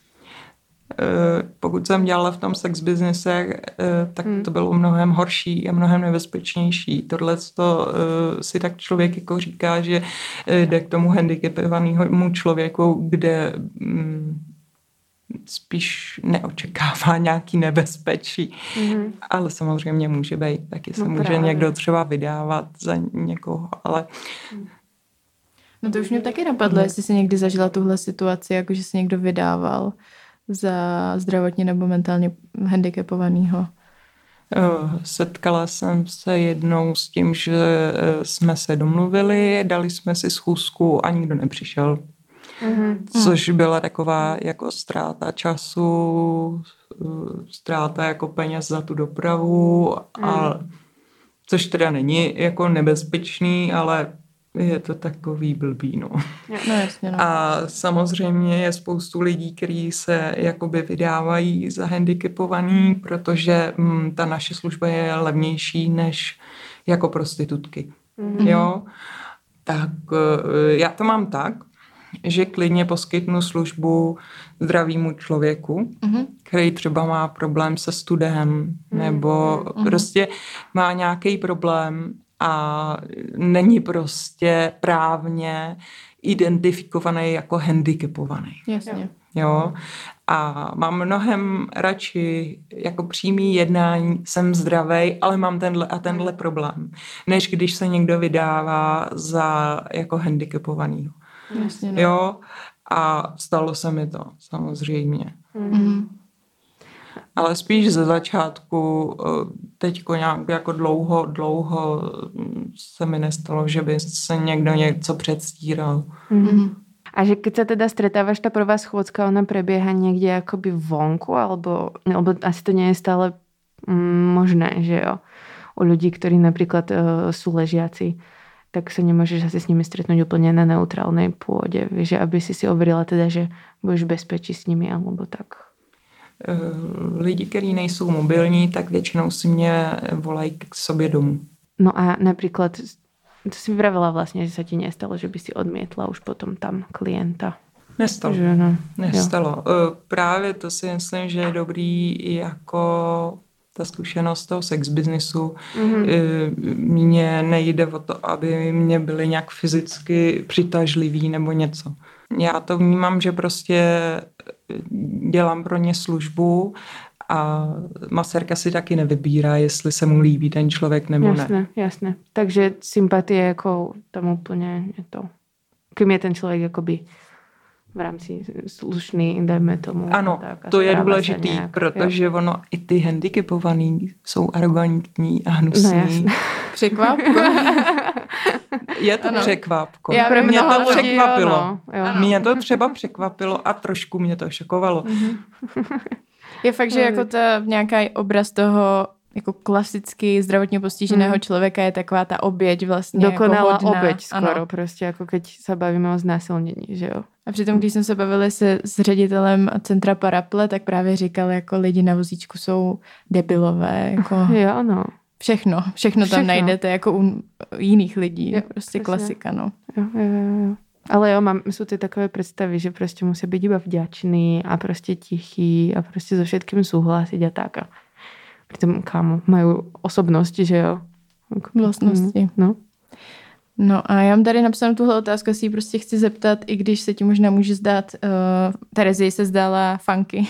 Pokud jsem dělala v tom sex businesse, tak to bylo mnohem horší a mnohem nebezpečnější. Tohle si tak člověk jako říká, že jde k tomu handicapovanému člověku, kde spíš neočekává nějaký nebezpečí. Ale samozřejmě může být. Taky se může někdo třeba vydávat za někoho, ale... No to už mě taky napadlo, jestli jsi někdy zažila tuhle situaci, jako že se někdo vydával za zdravotně nebo mentálně handicapovanýho. Setkala jsem se jednou s tím, že jsme se domluvili, dali jsme si schůzku a nikdo nepřišel. Což byla taková jako ztráta času, ztráta jako peněz za tu dopravu, a což teda není jako nebezpečný, ale je to takový blbý, no. No jasně, no. A samozřejmě je spoustu lidí, kteří se jakoby vydávají za handicapovaný, protože ta naše služba je levnější než jako prostitutky. Jo? tak já to mám tak, že klidně poskytnu službu zdravému člověku, který třeba má problém se studem nebo prostě má nějaký problém a není prostě právně identifikovaný jako handicapovaný. Jasně. Jo? A mám mnohem radši jako přímý jednání, jsem zdravej, ale mám tenhle problém, než když se někdo vydává za jako handicapovanýho. Jasně, no. Jo? A stalo se mi to, samozřejmě. Ale spíš ze začátku, teďko nějak jako dlouho se mi nestalo, že by se někdo něco předstíral. A že keď sa teda stretávaš, tá prvá schôdzka, ona prebieha niekde akoby vonku, alebo asi to nie je stále možné, že jo? U ľudí, ktorí napríklad sú ležiaci, tak sa nemôžeš asi s nimi stretnúť úplne na neutrálnej pôde, že aby si overila teda, že budeš v bezpečí s nimi, alebo tak. Lidi, kteří nejsou mobilní, tak většinou si mě volají k sobě domů. No a napríklad to si vravela vlastne, že sa ti nestalo, že by si odmietla už potom tam klienta. Nestalo. Že no, nestalo. Právě to si myslím, že je dobrý jako ta zkušenost toho sex businessu. Mně nejde o to, aby mě byli nějak fyzicky přitažliví nebo něco. Já to vnímám, že prostě dělám pro ně službu a masérka si taky nevybírá, jestli se mu líbí ten člověk nebo ne. Jasné. Takže sympatie jako tam úplně je to. Kým je ten člověk jakoby v rámci slušný, dejme tomu. Ano, tak, to je důležitý, protože ono i ty handicapovaný jsou arrogantní a hnusní. No, překvapko. Je to překvapko. Mě to překvapilo. Jo. Mě to třeba překvapilo a trošku mě to šokovalo. Je fakt, že jako ta nějaký obraz toho jako klasicky zdravotně postiženého člověka je taková ta oběť vlastně. Dokonalá jako hodná. oběť skoro, ano. prostě jako keď se bavíme o znásilnění, že jo. A přitom, když jsme se bavili s ředitelem Centra Paraple, tak právě říkal, jako lidi na vozíčku jsou debilové. Jako jo, no. Všechno tam najdete jako u jiných lidí. Jo, prostě přesně. klasika, no. Jo. Ale jo, sú ty takové predstavy, že prostě musí byť iba vďačný a prostě tichý a prostě so všetkým súhlasiť a tak. A pritom, kámo, majú osobnosť, že jo. Vlastnosti. No a já mám tady napsanou tuhle otázku, si ji prostě chci zeptat, i když se ti možná může zdát, Terezii se zdála funky,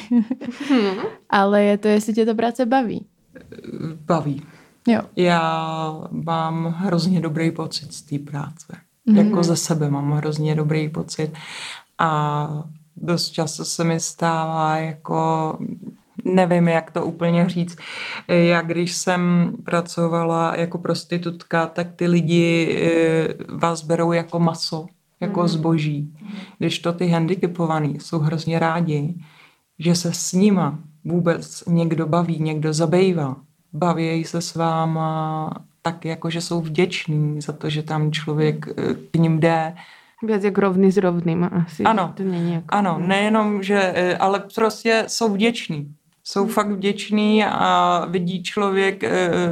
ale je to, jestli tě ta práce baví. Baví. Jo. Já mám hrozně dobrý pocit z té práce. Jako ze sebe mám hrozně dobrý pocit a dost často se mi stává jako, nevím, jak to úplně říct, já když jsem pracovala jako prostitutka, tak ty lidi vás berou jako maso, jako zboží. Když to ty handicapovaný jsou hrozně rádi, že se s nima vůbec někdo baví, někdo zabývá, baví se s váma tak jako, že jsou vděční za to, že tam člověk k ním jde. Viac jak rovný s rovným asi. Ano, to není jako... ano, nejenom, že, ale prostě jsou vděční. Jsou fakt vděční a vidí člověk,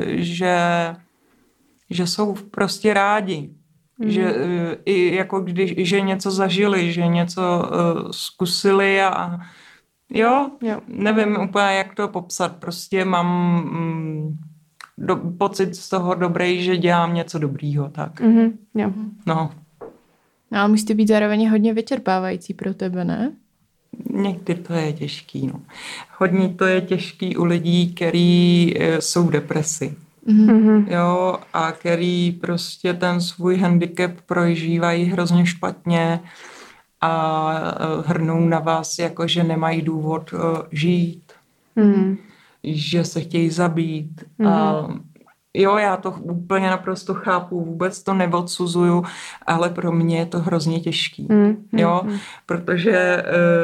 že jsou prostě rádi. Že i jako když, že něco zažili, že něco zkusili a jo, nevím úplně, jak to popsat. Prostě mám pocit z toho dobrý, že dělám něco dobrýho, tak. Jo. No. No a musí to být zároveň hodně vyčerpávající pro tebe, ne? Někdy to je těžký, no. Hodně to je těžký u lidí, kteří jsou v depresi. Jo, a který prostě ten svůj handicap prožívají hrozně špatně a hrnou na vás, jako že nemají důvod žít. Že se chtějí zabít. A jo, já to úplně naprosto chápu, vůbec to neodsuzuju, ale pro mě je to hrozně těžký. Jo, protože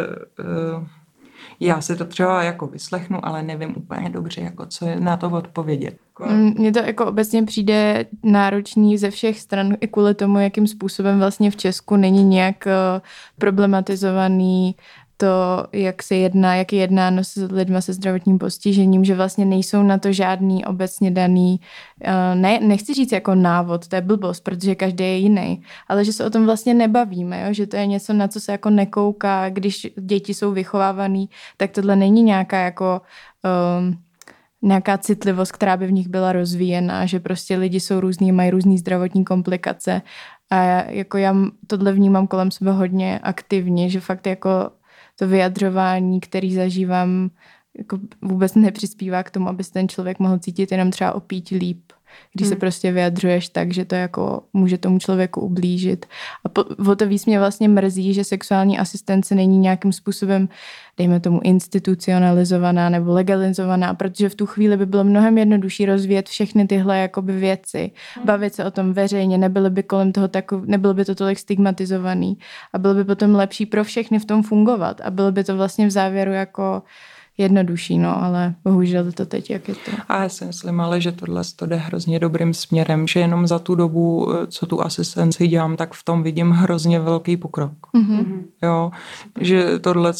já si to třeba jako vyslechnu, ale nevím úplně dobře, jako co je na to odpovědět. Mně to jako obecně přijde náročný ze všech stran i kvůli tomu, jakým způsobem vlastně v Česku není nějak problematizovaný to, jak je jednáno s lidma se zdravotním postižením, že vlastně nejsou na to žádný obecně daný, nechci říct jako návod, to je blbost, protože každý je jiný, ale že se o tom vlastně nebavíme, jo? Že to je něco, na co se jako nekouká, když děti jsou vychovávaný, tak tohle není nějaká jako nějaká citlivost, která by v nich byla rozvíjená, že prostě lidi jsou různý, mají různý zdravotní komplikace a jako já tohle vnímám kolem sebe hodně aktivně, že fakt jako to vyjadřování, který zažívám, jako vůbec nepřispívá k tomu, aby se ten člověk mohl cítit jenom třeba o píď líp, když se prostě vyjadřuješ tak, že to jako může tomu člověku ublížit. A o to víc mě vlastně mrzí, že sexuální asistence není nějakým způsobem, dejme tomu, institucionalizovaná nebo legalizovaná, protože v tu chvíli by bylo mnohem jednodušší rozvíjet všechny tyhle jakoby věci, bavit se o tom veřejně, nebylo by to tolik stigmatizovaný a bylo by potom lepší pro všechny v tom fungovat a bylo by to vlastně v závěru jako jednodušší, no, ale bohužel to teď, jak je to. A já si myslím, ale že tohle to jde hrozně dobrým směrem, že jenom za tu dobu, co tu asistenci dělám, tak v tom vidím hrozně velký pokrok. Mm-hmm. Jo, že tohle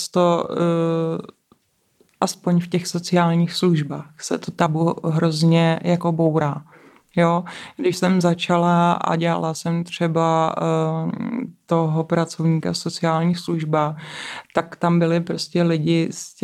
aspoň v těch sociálních službách se to tabu hrozně jako bourá. Jo, když jsem začala a dělala jsem třeba toho pracovníka v sociálních službách, tak tam byli prostě lidi z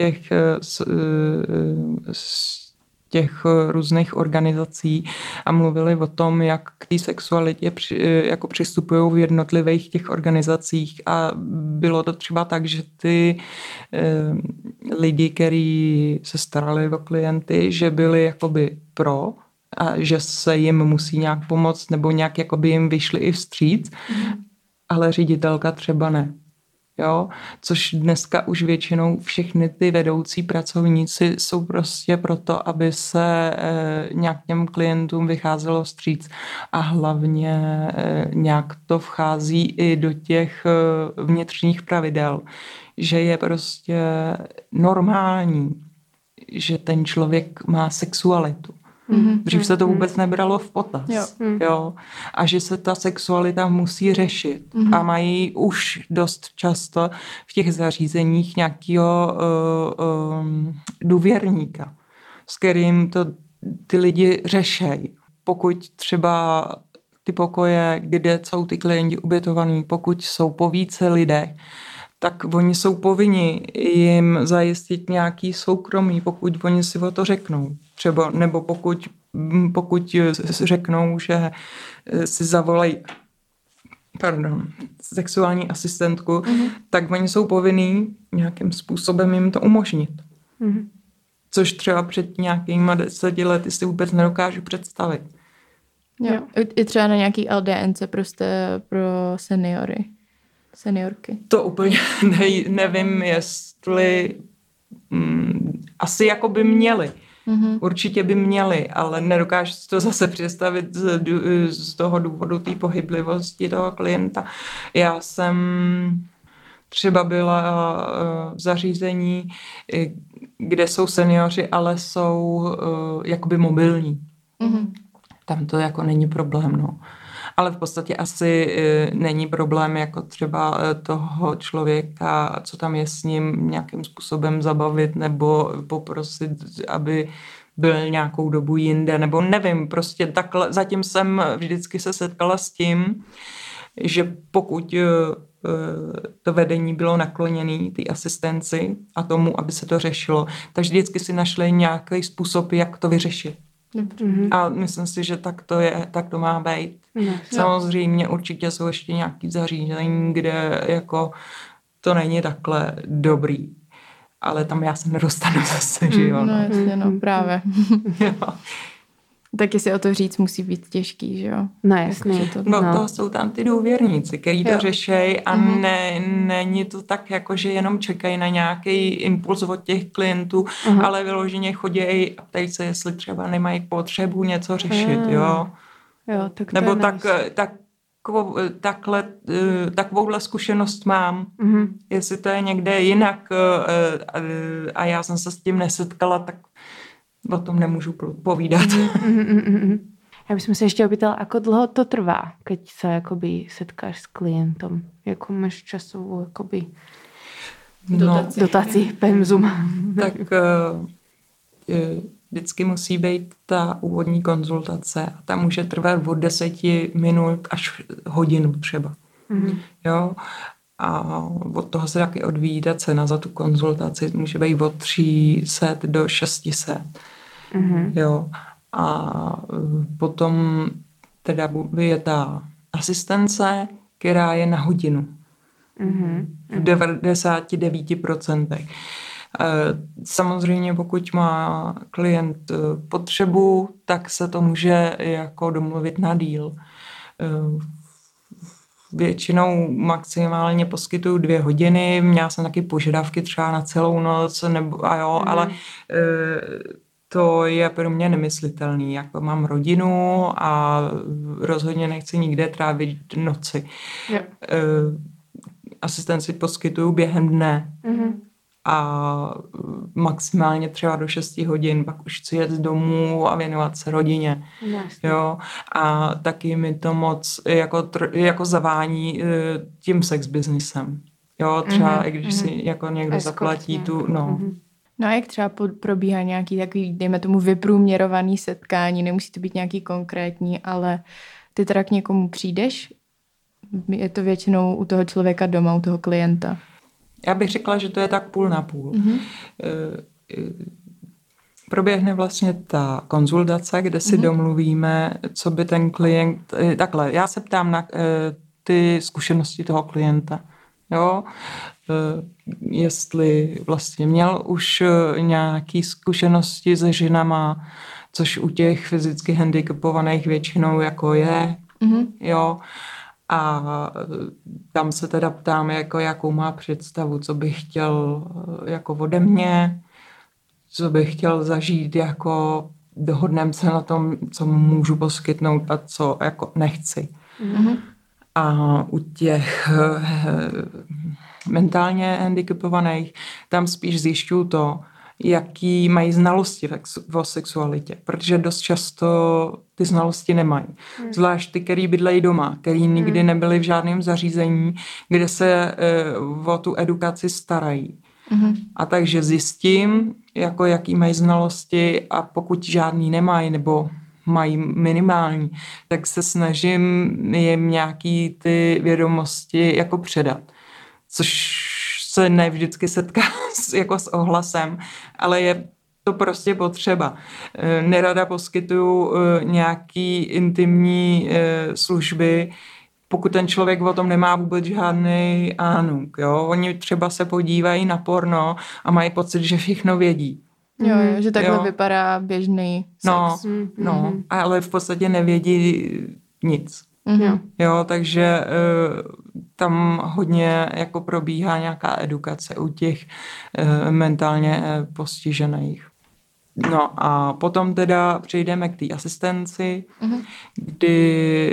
těch různých organizací a mluvili o tom, jak k té sexualitě jako přistupují v jednotlivých těch organizacích a bylo to třeba tak, že ty lidi, kteří se starali o klienty, že byli jakoby pro a že se jim musí nějak pomoct nebo nějak jakoby jim vyšli i vstříc, ale ředitelka třeba ne. Jo? Což dneska už většinou všechny ty vedoucí pracovníci jsou prostě proto, aby se nějak těm klientům vycházelo vstříc a hlavně nějak to vchází i do těch vnitřních pravidel, že je prostě normální, že ten člověk má sexualitu. Dřív se to vůbec nebralo v potaz. Jo. A že se ta sexualita musí řešit. A mají už dost často v těch zařízeních nějakého důvěrníka, s kterým to ty lidi řešejí. Pokud třeba ty pokoje, kde jsou ty klienti ubytovaní, pokud jsou po více lidech, tak oni jsou povinni jim zajistit nějaký soukromí, pokud oni si o to řeknou. Třeba, nebo pokud řeknou, že si zavolají sexuální asistentku, tak oni jsou povinní nějakým způsobem jim to umožnit. Což třeba před nějakýma 10 lety si vůbec nedokážu představit. Jo. I třeba na nějaký LDNce prostě pro seniorky. To úplně nevím, jestli asi jako by měli. Určitě by měli, ale nedokážu si to zase představit z toho důvodu té pohyblivosti toho klienta. Já jsem třeba byla v zařízení, kde jsou seniori, ale jsou jakoby mobilní. Tam to jako není problém, no. Ale v podstatě asi není problém jako třeba toho člověka, co tam je s ním, nějakým způsobem zabavit nebo poprosit, aby byl nějakou dobu jinde, nebo nevím, prostě takhle. Zatím jsem vždycky se setkala s tím, že pokud to vedení bylo nakloněné té asistenci a tomu, aby se to řešilo, tak vždycky si našli nějaký způsob, jak to vyřešit. A myslím si, že tak to má být. Samozřejmě určitě jsou ještě nějaký zařízení, kde jako to není takhle dobrý. Ale tam já se nedostanu zase, že jo. No jasně, no právě. Tak jestli o to říct, musí být těžký, že jo? No jasně. To jsou tam ty důvěrníci, který to řešejí a není to tak, jako že jenom čekají na nějaký impuls od těch klientů, ale vyloženě chodějí a ptají se, jestli třeba nemají potřebu něco řešit, jo? Jo, tak nebo takovouhle zkušenost mám. Jestli to je někde jinak a já jsem se s tím nesetkala, tak o tom nemůžu povídat. Já bych se ještě opýtala, ako dlho to trvá, keď sa akoby setkáš s klientom? Jakou máš časovou akoby... Dotací, penzum. Tak vždycky musí být ta úvodní konzultace a ta může trvat od 10 minut až hodinu třeba. Jo? A od toho se taky odvíjí ta cena za tu konzultaci. Může být od 300 do 600. Jo? A potom teda je ta asistence, která je na hodinu. V 99%. Samozřejmě, pokud má klient potřebu, tak se to může jako domluvit na díl. Většinou maximálně poskytuju 2 hodiny, měla jsem taky požadavky třeba na celou noc, ale to je pro mě nemyslitelný. Jako mám rodinu a rozhodně nechci nikde trávit noci. Asistenci poskytuju během dne. A maximálně třeba do 6 hodin, pak už chci jet domů a věnovat se rodině. Jo? A taky mi to moc jako zavání tím sex businessem. Jo, třeba i když si jako někdo zaplatí tu, no. No a jak třeba probíhá nějaký takový, dejme tomu, vyprůměrovaný setkání, nemusí to být nějaký konkrétní, ale ty teda k někomu přijdeš? Je to většinou u toho člověka doma, u toho klienta? Já bych řekla, že to je tak půl na půl. Proběhne vlastně ta konzultace, kde si domluvíme, co by ten klient... Takhle, já se ptám na ty zkušenosti toho klienta. Jo? Jestli vlastně měl už nějaké zkušenosti se ženama, což u těch fyzicky handicapovaných většinou jako je. Jo? A tam se teda ptám, jako jakou má představu, co bych chtěl jako ode mě, co bych chtěl zažít, jako dohodneme se na tom, co můžu poskytnout a co jako nechci. A u těch mentálně handicapovaných tam spíš zjišťuju to, jaký mají znalosti o sexualitě, protože dost často ty znalosti nemají. Zvlášť ty, který bydlejí doma, který nikdy nebyli v žádném zařízení, kde se o tu edukaci starají. A takže zjistím, jako jaký mají znalosti a pokud žádný nemají nebo mají minimální, tak se snažím jim nějaký ty vědomosti jako předat. Což se ne vždycky setká jako s ohlasem, ale je to prostě potřeba. Nerada poskytuju nějaký intimní služby, pokud ten člověk o tom nemá vůbec žádný ánuk. Jo? Oni třeba se podívají na porno a mají pocit, že všechno vědí. Jo, že takhle vypadá běžný sex. No, ale v podstatě nevědí nic. Jo, takže tam hodně jako probíhá nějaká edukace u těch mentálně postižených. No a potom teda přejdeme k té asistenci, kdy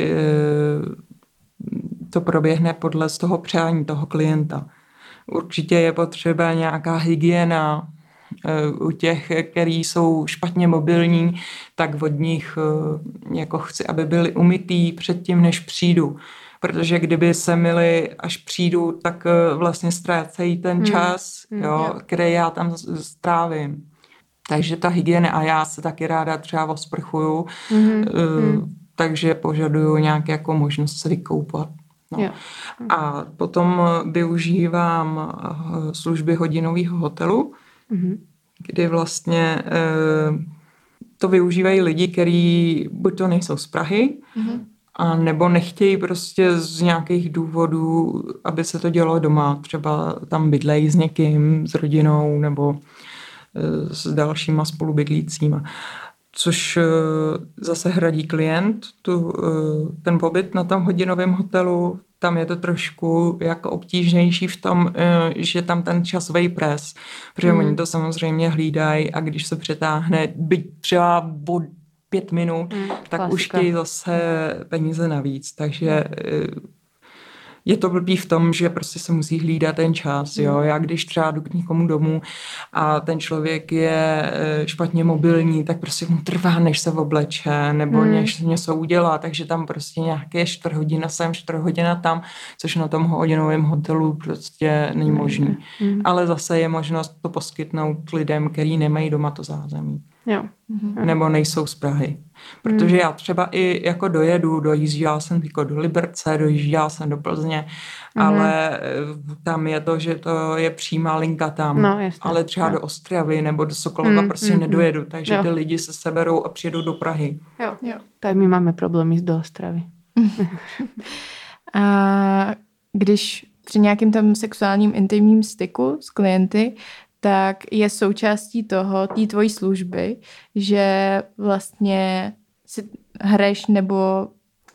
to proběhne podle z toho přání toho klienta. Určitě je potřeba nějaká hygiena. U těch, který jsou špatně mobilní, tak od nich jako chci, aby byli umytý předtím, než přijdu. Protože kdyby se myli, až přijdu, tak vlastně ztrácejí ten čas, který já tam strávím. Takže ta hygiena, a já se taky ráda třeba osprchuju, takže požaduju nějaké jako možnost se vykoupat. No. A potom využívám služby hodinového hotelu, kdy vlastně to využívají lidi, kteří buď to nejsou z Prahy, a nebo nechtějí prostě z nějakých důvodů, aby se to dělo doma. Třeba tam bydlejí s někým, s rodinou nebo s dalšíma spolubydlícíma. Což zase hradí klient, ten pobyt na tom hodinovém hotelu. Tam je to trošku jako obtížnější v tom, že tam ten časový pres, protože oni to samozřejmě hlídají a když se přetáhne byť třeba o 5 minut, tak klasika. Už chtějí zase peníze navíc. Takže je to blbý v tom, že prostě se musí hlídat ten čas, jo. Já když třeba jdu k někomu domů a ten člověk je špatně mobilní, tak prostě mu trvá, než se obleče, nebo něco udělá, takže tam prostě nějaké 4 hodina sem, 4 hodina tam, což na tom hodinovém hotelu prostě není možný. Ale zase je možnost to poskytnout lidem, kteří nemají doma to zázemí. Jo. Nebo nejsou z Prahy. Protože já třeba i jako dojížděla jsem jako do Liberce, dojížděla jsem do Plzně, ale tam je to, že to je přímá linka tam. No, jasně. Ale třeba do Ostravy nebo do Sokolova prostě nedojedu, takže ty lidi se seberou a přijedou do Prahy. Jo. Tak my máme problémy do Ostravy. A když při nějakým tam sexuálním intimním styku s klienty, tak je součástí toho, té tvojí služby, že vlastně si hraješ nebo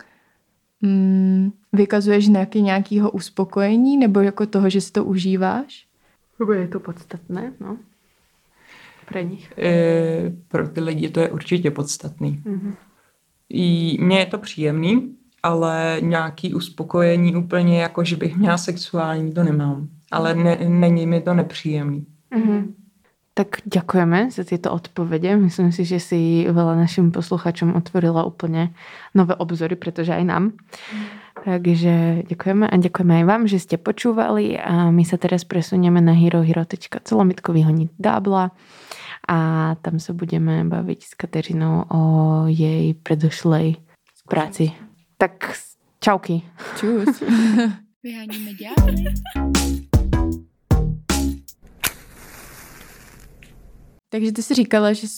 vykazuješ nějakého uspokojení nebo jako toho, že si to užíváš? Je to podstatné, no. Pro nich. Pro ty lidi to je určitě podstatný. Mně je to příjemný, ale nějaký uspokojení úplně jako, že bych měla sexuální, to nemám. Ale není mi to nepříjemný. Tak ďakujeme za tieto odpovede. Myslím si, že si veľa našim posluchačom otvorila úplne nové obzory, pretože aj nám. Takže ďakujeme a ďakujeme aj vám, že ste počúvali a my sa teraz presunieme na herohero.co vyhoniť dábla a tam sa budeme baviť s Kateřinou o jej predošlej práci. Tak čauky. Čus. Vyháníme ďábly. Takže ty jsi říkala, že